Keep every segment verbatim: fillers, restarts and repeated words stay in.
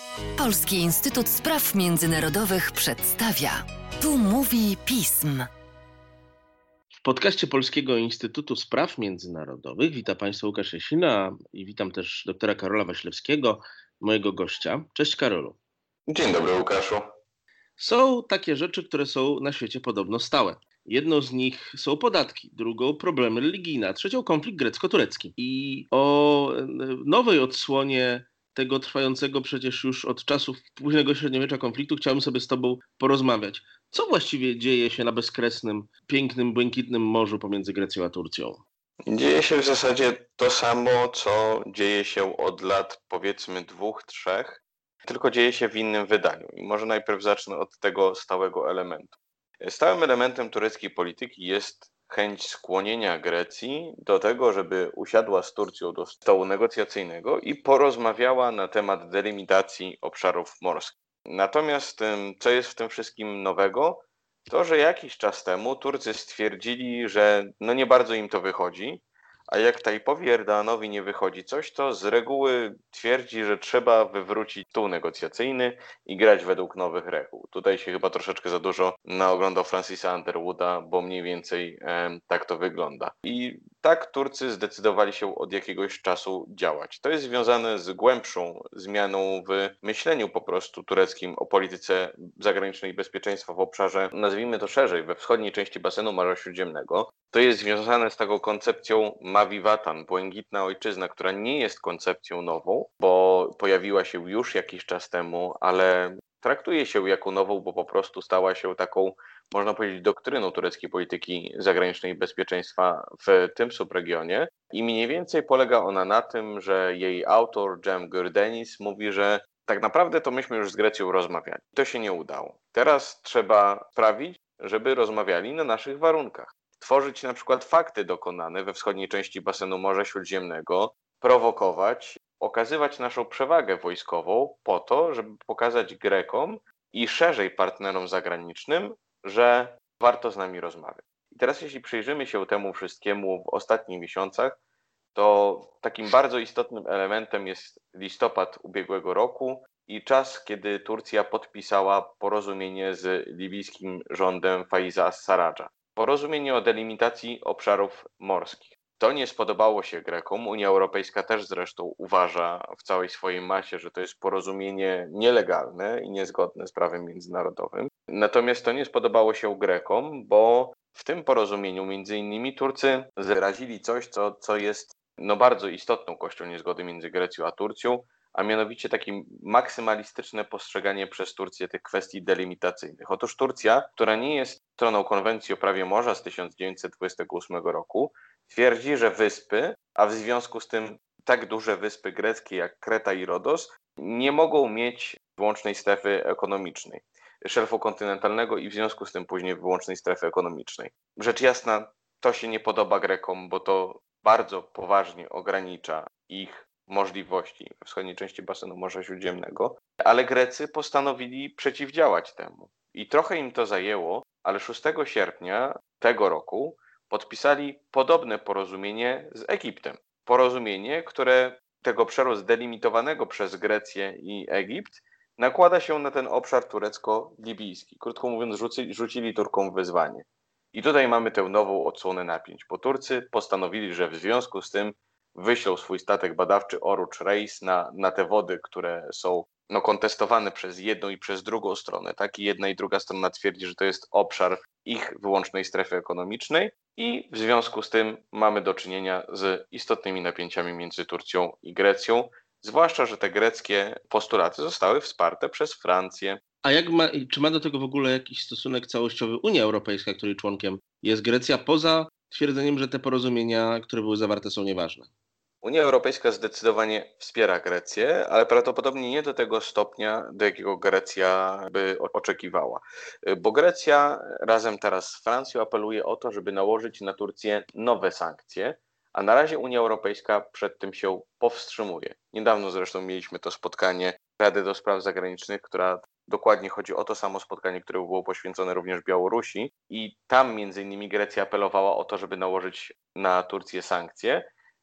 Polski Instytut Spraw Międzynarodowych przedstawia. Tu mówi pism. W podcaście Polskiego Instytutu Spraw Międzynarodowych witam Państwa Łukasz Jasina i witam też doktora Karola Waślewskiego, mojego gościa. Cześć Karolu. Dzień dobry Łukaszu. Są takie rzeczy, które są na świecie podobno stałe. Jedną z nich są podatki, drugą problemy religijne, a trzecią konflikt grecko-turecki. I o nowej odsłonie tego trwającego przecież już od czasów późnego średniowiecza konfliktu chciałbym sobie z Tobą porozmawiać. Co właściwie dzieje się na bezkresnym, pięknym, błękitnym morzu pomiędzy Grecją a Turcją? Dzieje się w zasadzie to samo, co dzieje się od lat powiedzmy dwóch, trzech, tylko dzieje się w innym wydaniu. I może najpierw zacznę od tego stałego elementu. Stałym elementem tureckiej polityki jest chęć skłonienia Grecji do tego, żeby usiadła z Turcją do stołu negocjacyjnego i porozmawiała na temat delimitacji obszarów morskich. Natomiast co jest w tym wszystkim nowego, to że jakiś czas temu Turcy stwierdzili, że no nie bardzo im to wychodzi, a jak Tajpowi Erdoganowi nie wychodzi coś, to z reguły twierdzi, że trzeba wywrócić stół negocjacyjny i grać według nowych reguł. Tutaj się chyba troszeczkę za dużo naoglądał Francisa Underwooda, bo mniej więcej e, tak to wygląda. I tak Turcy zdecydowali się od jakiegoś czasu działać. To jest związane z głębszą zmianą w myśleniu po prostu tureckim o polityce zagranicznej i bezpieczeństwa w obszarze, nazwijmy to szerzej, we wschodniej części basenu Morza Śródziemnego. To jest związane z taką koncepcją Mavi Vatan, błękitna ojczyzna, która nie jest koncepcją nową, bo pojawiła się już jakiś czas temu, ale traktuje się jako nową, bo po prostu stała się taką, można powiedzieć, doktryną tureckiej polityki zagranicznej i bezpieczeństwa w tym subregionie. I mniej więcej polega ona na tym, że jej autor, Cem Gürdenis, mówi, że tak naprawdę to myśmy już z Grecją rozmawiali. To się nie udało. Teraz trzeba sprawić, żeby rozmawiali na naszych warunkach. Tworzyć na przykład fakty dokonane we wschodniej części basenu Morza Śródziemnego, prowokować, okazywać naszą przewagę wojskową po to, żeby pokazać Grekom i szerzej partnerom zagranicznym, że warto z nami rozmawiać. I teraz jeśli przyjrzymy się temu wszystkiemu w ostatnich miesiącach, to takim bardzo istotnym elementem jest listopad ubiegłego roku i czas, kiedy Turcja podpisała porozumienie z libijskim rządem Faiza as-Sarradża. Porozumienie o delimitacji obszarów morskich. To nie spodobało się Grekom. Unia Europejska też zresztą uważa w całej swojej masie, że to jest porozumienie nielegalne i niezgodne z prawem międzynarodowym. Natomiast to nie spodobało się Grekom, bo w tym porozumieniu między innymi Turcy wyrazili coś, co, co jest no, bardzo istotną kością niezgody między Grecją a Turcją, a mianowicie takie maksymalistyczne postrzeganie przez Turcję tych kwestii delimitacyjnych. Otóż Turcja, która nie jest stroną konwencji o prawie morza z tysiąc dziewięćset dwudziestego ósmego roku, twierdzi, że wyspy, a w związku z tym tak duże wyspy greckie jak Kreta i Rodos, nie mogą mieć wyłącznej strefy ekonomicznej, szelfu kontynentalnego i w związku z tym później wyłącznej strefy ekonomicznej. Rzecz jasna, to się nie podoba Grekom, bo to bardzo poważnie ogranicza ich możliwości we wschodniej części basenu Morza Śródziemnego, ale Grecy postanowili przeciwdziałać temu. I trochę im to zajęło, ale szóstego sierpnia tego roku podpisali podobne porozumienie z Egiptem. Porozumienie, które tego obszaru zdelimitowanego przez Grecję i Egipt nakłada się na ten obszar turecko-libijski. Krótko mówiąc, rzucili, rzucili Turkom wyzwanie. I tutaj mamy tę nową odsłonę napięć, bo Turcy postanowili, że w związku z tym wyślą swój statek badawczy Oruç Reis na, na te wody, które są no, kontestowane przez jedną i przez drugą stronę. Tak? I jedna i druga strona twierdzi, że to jest obszar ich wyłącznej strefy ekonomicznej i w związku z tym mamy do czynienia z istotnymi napięciami między Turcją i Grecją, zwłaszcza, że te greckie postulaty zostały wsparte przez Francję. A jak ma, czy ma do tego w ogóle jakiś stosunek całościowy Unia Europejska, której członkiem jest Grecja, poza twierdzeniem, że te porozumienia, które były zawarte, są nieważne? Unia Europejska zdecydowanie wspiera Grecję, ale prawdopodobnie nie do tego stopnia, do jakiego Grecja by oczekiwała. Bo Grecja razem teraz z Francją apeluje o to, żeby nałożyć na Turcję nowe sankcje, a na razie Unia Europejska przed tym się powstrzymuje. Niedawno zresztą mieliśmy to spotkanie Rady do Spraw Zagranicznych, która dokładnie chodzi o to samo spotkanie, które było poświęcone również Białorusi i tam między innymi Grecja apelowała o to, żeby nałożyć na Turcję sankcje.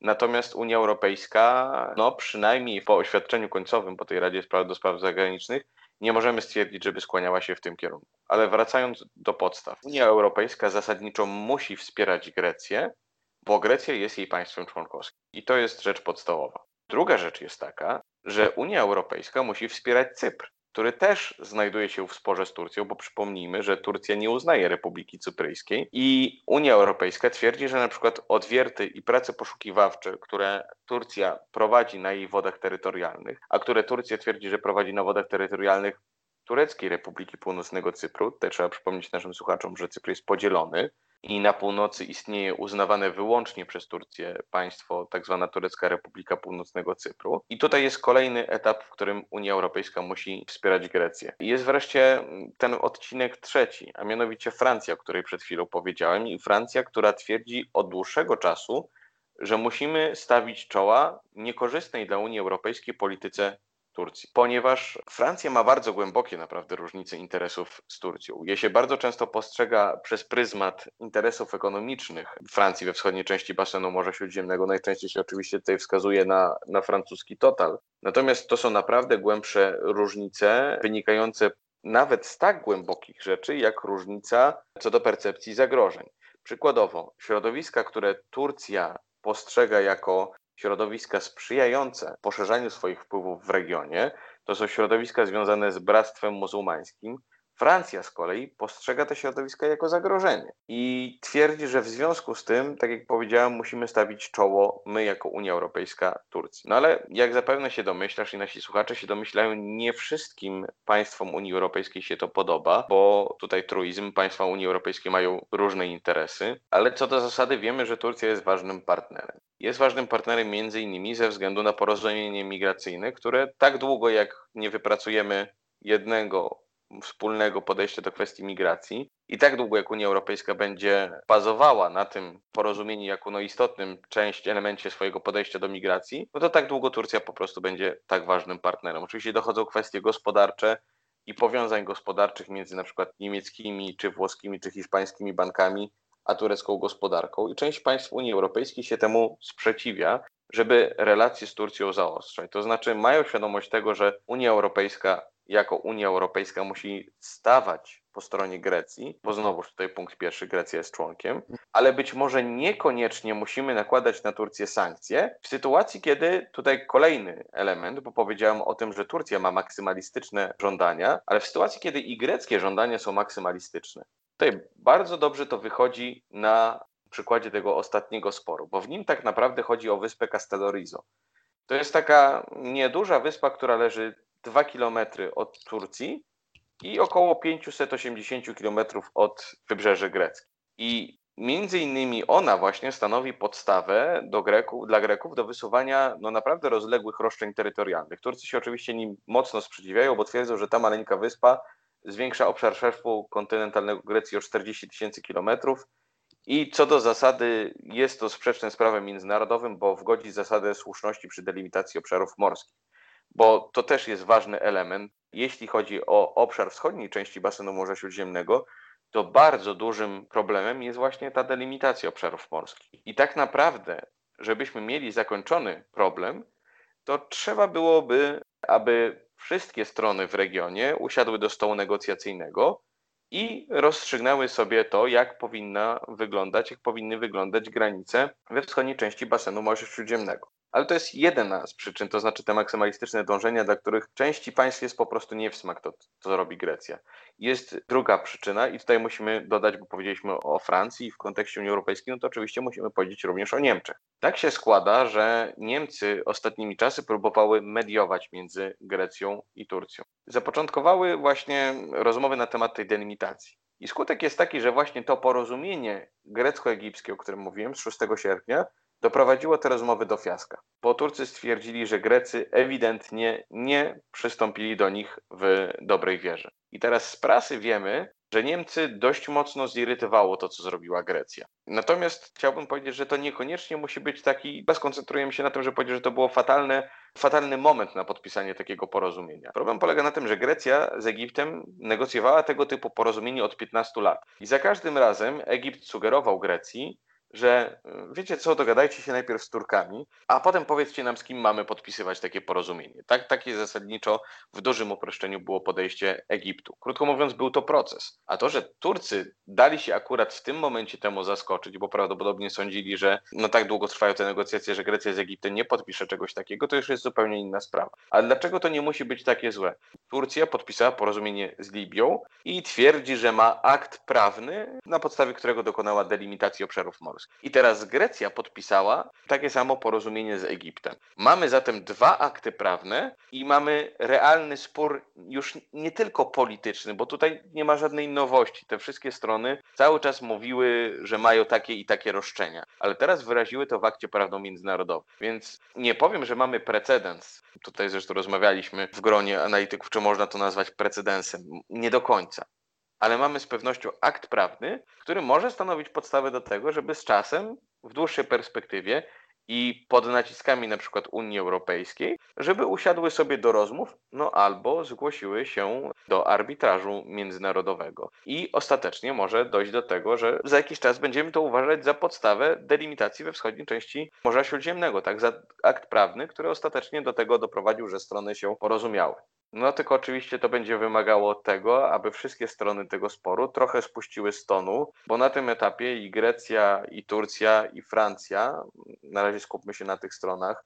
Natomiast Unia Europejska, no przynajmniej po oświadczeniu końcowym po tej Radzie do Spraw Zagranicznych, nie możemy stwierdzić, żeby skłaniała się w tym kierunku. Ale wracając do podstaw. Unia Europejska zasadniczo musi wspierać Grecję, bo Grecja jest jej państwem członkowskim. I to jest rzecz podstawowa. Druga rzecz jest taka, że Unia Europejska musi wspierać Cypr, który też znajduje się w sporze z Turcją, bo przypomnijmy, że Turcja nie uznaje Republiki Cypryjskiej i Unia Europejska twierdzi, że na przykład odwierty i prace poszukiwawcze, które Turcja prowadzi na jej wodach terytorialnych, a które Turcja twierdzi, że prowadzi na wodach terytorialnych Tureckiej Republiki Północnego Cypru, tutaj trzeba przypomnieć naszym słuchaczom, że Cypr jest podzielony i na północy istnieje uznawane wyłącznie przez Turcję państwo, tak zwana Turecka Republika Północnego Cypru. I tutaj jest kolejny etap, w którym Unia Europejska musi wspierać Grecję. I jest wreszcie ten odcinek trzeci, a mianowicie Francja, o której przed chwilą powiedziałem, i Francja, która twierdzi od dłuższego czasu, że musimy stawić czoła niekorzystnej dla Unii Europejskiej polityce Turcji, ponieważ Francja ma bardzo głębokie naprawdę różnice interesów z Turcją. Je się bardzo często postrzega przez pryzmat interesów ekonomicznych Francji we wschodniej części basenu Morza Śródziemnego. Najczęściej się oczywiście tutaj wskazuje na, na francuski Total. Natomiast to są naprawdę głębsze różnice wynikające nawet z tak głębokich rzeczy, jak różnica co do percepcji zagrożeń. Przykładowo, środowiska, które Turcja postrzega jako środowiska sprzyjające poszerzaniu swoich wpływów w regionie, to są środowiska związane z Bractwem Muzułmańskim. Francja z kolei postrzega te środowiska jako zagrożenie i twierdzi, że w związku z tym, tak jak powiedziałem, musimy stawić czoło my jako Unia Europejska Turcji. No ale jak zapewne się domyślasz i nasi słuchacze się domyślają, nie wszystkim państwom Unii Europejskiej się to podoba, bo tutaj truizm, państwa Unii Europejskiej mają różne interesy, ale co do zasady wiemy, że Turcja jest ważnym partnerem. Jest ważnym partnerem między innymi ze względu na porozumienie migracyjne, które tak długo jak nie wypracujemy jednego wspólnego podejścia do kwestii migracji i tak długo jak Unia Europejska będzie bazowała na tym porozumieniu jako no istotnym część, elemencie swojego podejścia do migracji, no to tak długo Turcja po prostu będzie tak ważnym partnerem. Oczywiście dochodzą kwestie gospodarcze i powiązań gospodarczych między na przykład niemieckimi, czy włoskimi, czy hiszpańskimi bankami, a turecką gospodarką i część państw Unii Europejskiej się temu sprzeciwia, żeby relacje z Turcją zaostrzać. To znaczy mają świadomość tego, że Unia Europejska jako Unia Europejska musi stawać po stronie Grecji, bo znowuż tutaj punkt pierwszy, Grecja jest członkiem, ale być może niekoniecznie musimy nakładać na Turcję sankcje w sytuacji, kiedy tutaj kolejny element, bo powiedziałem o tym, że Turcja ma maksymalistyczne żądania, ale w sytuacji, kiedy i greckie żądania są maksymalistyczne. Tutaj bardzo dobrze to wychodzi na przykładzie tego ostatniego sporu, bo w nim tak naprawdę chodzi o wyspę Castellorizo. To jest taka nieduża wyspa, która leży dwa kilometry od Turcji i około pięćset osiemdziesiąt kilometrów od wybrzeży greckiego. I między innymi ona właśnie stanowi podstawę do Greków, dla Greków do wysuwania no naprawdę rozległych roszczeń terytorialnych. Turcy się oczywiście nim mocno sprzeciwiają, bo twierdzą, że ta maleńka wyspa zwiększa obszar szelfu kontynentalnego Grecji o czterdzieści tysięcy kilometrów i co do zasady jest to sprzeczne z prawem międzynarodowym, bo wgodzi zasadę słuszności przy delimitacji obszarów morskich. Bo to też jest ważny element. Jeśli chodzi o obszar wschodniej części basenu Morza Śródziemnego, to bardzo dużym problemem jest właśnie ta delimitacja obszarów morskich. I tak naprawdę, żebyśmy mieli zakończony problem, to trzeba byłoby, aby wszystkie strony w regionie usiadły do stołu negocjacyjnego i rozstrzygnęły sobie to, jak powinna wyglądać, jak powinny wyglądać granice we wschodniej części basenu Morza Śródziemnego. Ale to jest jedna z przyczyn, to znaczy te maksymalistyczne dążenia, dla których części państw jest po prostu nie w smak to, co robi Grecja. Jest druga przyczyna i tutaj musimy dodać, bo powiedzieliśmy o Francji i w kontekście Unii Europejskiej, no to oczywiście musimy powiedzieć również o Niemczech. Tak się składa, że Niemcy ostatnimi czasy próbowały mediować między Grecją i Turcją. Zapoczątkowały właśnie rozmowy na temat tej delimitacji. I skutek jest taki, że właśnie to porozumienie grecko-egipskie, o którym mówiłem, z szóstego sierpnia, doprowadziło te rozmowy do fiaska, bo Turcy stwierdzili, że Grecy ewidentnie nie przystąpili do nich w dobrej wierze. I teraz z prasy wiemy, że Niemcy dość mocno zirytowało to, co zrobiła Grecja. Natomiast chciałbym powiedzieć, że to niekoniecznie musi być taki, skoncentrujemy się na tym, że powiedzieć, że to było fatalne, fatalny moment na podpisanie takiego porozumienia. Problem polega na tym, że Grecja z Egiptem negocjowała tego typu porozumienie od piętnastu lat. I za każdym razem Egipt sugerował Grecji, że wiecie co, dogadajcie się najpierw z Turkami, a potem powiedzcie nam, z kim mamy podpisywać takie porozumienie. Tak, takie zasadniczo w dużym uproszczeniu było podejście Egiptu. Krótko mówiąc, był to proces. A to, że Turcy dali się akurat w tym momencie temu zaskoczyć, bo prawdopodobnie sądzili, że no tak długo trwają te negocjacje, że Grecja z Egiptem nie podpisze czegoś takiego, to już jest zupełnie inna sprawa. Ale dlaczego to nie musi być takie złe? Turcja podpisała porozumienie z Libią i twierdzi, że ma akt prawny, na podstawie którego dokonała delimitacji obszarów morskich. I teraz Grecja podpisała takie samo porozumienie z Egiptem. Mamy zatem dwa akty prawne i mamy realny spór już nie tylko polityczny, bo tutaj nie ma żadnej nowości. Te wszystkie strony cały czas mówiły, że mają takie i takie roszczenia, ale teraz wyraziły to w akcie prawnym międzynarodowym. Więc nie powiem, że mamy precedens. Tutaj zresztą rozmawialiśmy w gronie analityków, czy można to nazwać precedensem. Nie do końca. Ale mamy z pewnością akt prawny, który może stanowić podstawę do tego, żeby z czasem, w dłuższej perspektywie i pod naciskami na przykład Unii Europejskiej, żeby usiadły sobie do rozmów, no albo zgłosiły się do arbitrażu międzynarodowego. I ostatecznie może dojść do tego, że za jakiś czas będziemy to uważać za podstawę delimitacji we wschodniej części Morza Śródziemnego, tak, za akt prawny, który ostatecznie do tego doprowadził, że strony się porozumiały. No tylko oczywiście to będzie wymagało tego, aby wszystkie strony tego sporu trochę spuściły z tonu, bo na tym etapie i Grecja, i Turcja, i Francja, na razie skupmy się na tych stronach,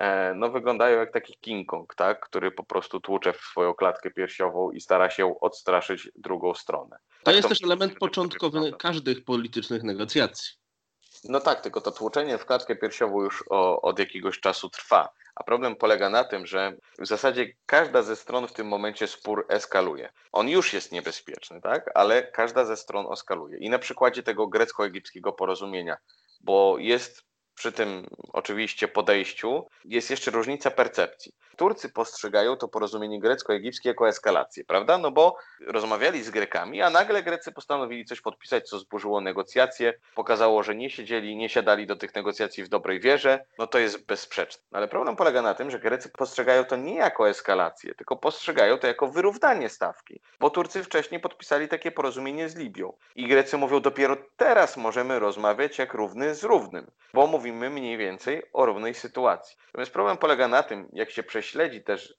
no wyglądają jak taki King Kong, tak, który po prostu tłucze w swoją klatkę piersiową i stara się odstraszyć drugą stronę. To Tak jest to też element myślę, początkowy wygląda. każdych politycznych negocjacji. No tak, tylko to tłuczenie w klatkę piersiową już o, od jakiegoś czasu trwa. A problem polega na tym, że w zasadzie każda ze stron w tym momencie spór eskaluje. On już jest niebezpieczny, tak? Ale każda ze stron eskaluje. I na przykładzie tego grecko-egipskiego porozumienia, bo jest przy tym oczywiście podejściu, jest jeszcze różnica percepcji. Turcy postrzegają to porozumienie grecko-egipskie jako eskalację, prawda? No bo rozmawiali z Grekami, a nagle Grecy postanowili coś podpisać, co zburzyło negocjacje, pokazało, że nie siedzieli, nie siadali do tych negocjacji w dobrej wierze, no to jest bezsprzeczne. Ale problem polega na tym, że Grecy postrzegają to nie jako eskalację, tylko postrzegają to jako wyrównanie stawki, bo Turcy wcześniej podpisali takie porozumienie z Libią i Grecy mówią, dopiero teraz możemy rozmawiać jak równy z równym, bo mówimy mniej więcej o równej sytuacji. Natomiast problem polega na tym, jak się prześledzi też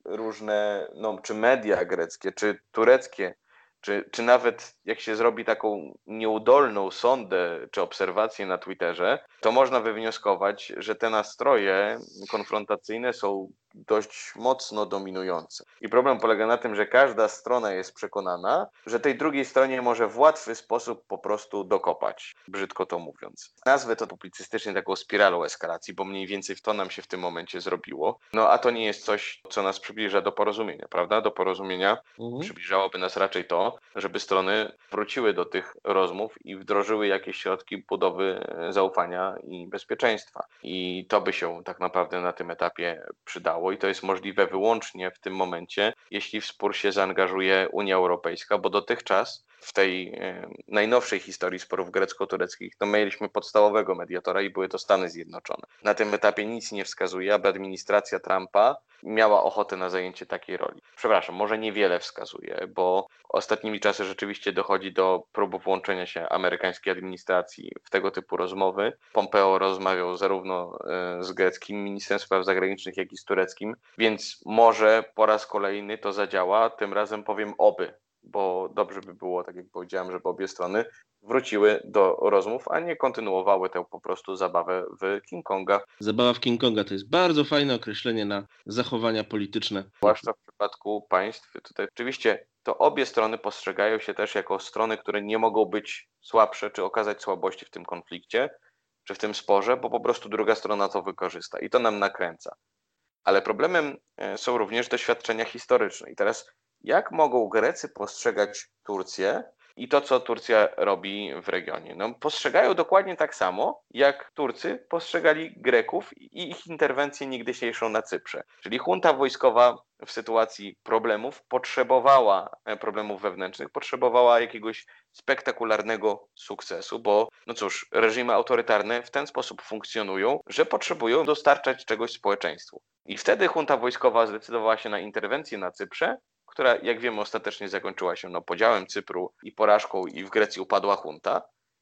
różne, no, czy media greckie, czy tureckie, czy, czy nawet jak się zrobi taką nieudolną sondę czy obserwację na Twitterze, to można wywnioskować, że te nastroje konfrontacyjne są dość mocno dominujące. I problem polega na tym, że każda strona jest przekonana, że tej drugiej stronie może w łatwy sposób po prostu dokopać, brzydko to mówiąc. Nazwę to publicystycznie taką spiralą eskalacji, bo mniej więcej w to nam się w tym momencie zrobiło. No a to nie jest coś, co nas przybliża do porozumienia, prawda? Do porozumienia mhm. przybliżałoby nas raczej to, żeby strony wróciły do tych rozmów i wdrożyły jakieś środki budowy zaufania i bezpieczeństwa. I to by się tak naprawdę na tym etapie przydało i to jest możliwe wyłącznie w tym momencie, jeśli w spór się zaangażuje Unia Europejska, bo dotychczas w tej e, najnowszej historii sporów grecko-tureckich to mieliśmy podstawowego mediatora i były to Stany Zjednoczone. Na tym etapie nic nie wskazuje, aby administracja Trumpa miała ochotę na zajęcie takiej roli. Przepraszam, może niewiele wskazuje, bo ostatnimi czasy rzeczywiście dochodzi do prób włączenia się amerykańskiej administracji w tego typu rozmowy. Pompeo rozmawiał zarówno z greckim ministrem spraw zagranicznych, jak i z tureckim, więc może po raz kolejny to zadziała, tym razem powiem oby, bo dobrze by było, tak jak powiedziałem, żeby obie strony wróciły do rozmów, a nie kontynuowały tę po prostu zabawę w King Konga. Zabawa w King Konga to jest bardzo fajne określenie na zachowania polityczne. Zwłaszcza w przypadku państw, tutaj oczywiście to obie strony postrzegają się też jako strony, które nie mogą być słabsze, czy okazać słabości w tym konflikcie, czy w tym sporze, bo po prostu druga strona to wykorzysta i to nam nakręca. Ale problemem są również doświadczenia historyczne. I teraz jak mogą Grecy postrzegać Turcję i to, co Turcja robi w regionie? No, postrzegają dokładnie tak samo, jak Turcy postrzegali Greków i ich interwencję niegdysiejszą na Cyprze. Czyli junta wojskowa w sytuacji problemów potrzebowała, problemów wewnętrznych, potrzebowała jakiegoś spektakularnego sukcesu, bo no cóż, reżimy autorytarne w ten sposób funkcjonują, że potrzebują dostarczać czegoś społeczeństwu. I wtedy junta wojskowa zdecydowała się na interwencję na Cyprze, która, jak wiemy, ostatecznie zakończyła się no, podziałem Cypru i porażką i w Grecji upadła junta.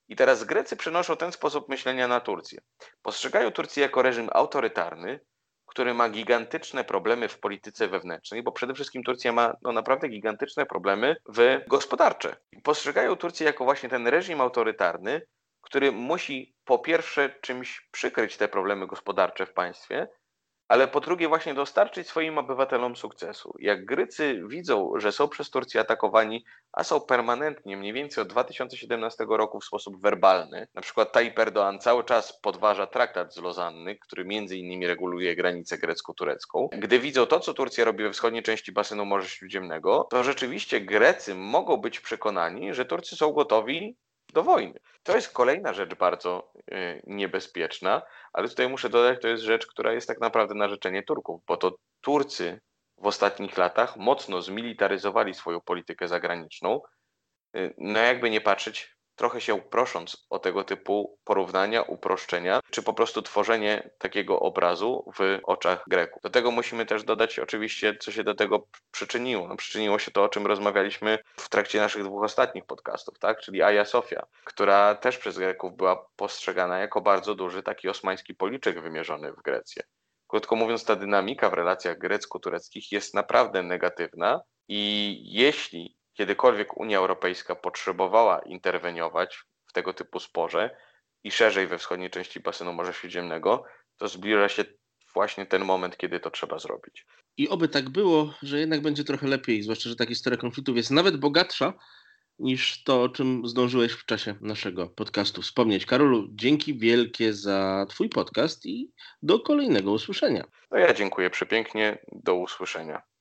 I teraz Grecy przenoszą ten sposób myślenia na Turcję. Postrzegają Turcję jako reżim autorytarny, który ma gigantyczne problemy w polityce wewnętrznej, bo przede wszystkim Turcja ma no, naprawdę gigantyczne problemy w gospodarcze. I postrzegają Turcję jako właśnie ten reżim autorytarny, który musi po pierwsze czymś przykryć te problemy gospodarcze w państwie, ale po drugie właśnie dostarczyć swoim obywatelom sukcesu. Jak Grecy widzą, że są przez Turcję atakowani, a są permanentnie, mniej więcej od dwa tysiące siedemnastego roku w sposób werbalny, na przykład Tayyip Erdoğan cały czas podważa traktat z Lozanny, który między innymi reguluje granicę grecko-turecką. Gdy widzą to, co Turcja robi we wschodniej części basenu Morza Śródziemnego, to rzeczywiście Grecy mogą być przekonani, że Turcy są gotowi do wojny. To jest kolejna rzecz bardzo y, niebezpieczna, ale tutaj muszę dodać, to jest rzecz, która jest tak naprawdę na życzenie Turków, bo to Turcy w ostatnich latach mocno zmilitaryzowali swoją politykę zagraniczną. Y, no jakby nie patrzeć, trochę się prosząc o tego typu porównania, uproszczenia, czy po prostu tworzenie takiego obrazu w oczach Greków. Do tego musimy też dodać oczywiście, co się do tego przyczyniło. No, przyczyniło się to, o czym rozmawialiśmy w trakcie naszych dwóch ostatnich podcastów, tak? Czyli Hagia Sofia, która też przez Greków była postrzegana jako bardzo duży taki osmański policzek wymierzony w Grecję. Krótko mówiąc, ta dynamika w relacjach grecko-tureckich jest naprawdę negatywna i jeśli kiedykolwiek Unia Europejska potrzebowała interweniować w tego typu sporze i szerzej we wschodniej części basenu Morza Śródziemnego, to zbliża się właśnie ten moment, kiedy to trzeba zrobić. I oby tak było, że jednak będzie trochę lepiej, zwłaszcza, że ta historia konfliktów jest nawet bogatsza niż to, o czym zdążyłeś w czasie naszego podcastu wspomnieć. Karolu, dzięki wielkie za twój podcast i do kolejnego usłyszenia. No ja dziękuję przepięknie, do usłyszenia.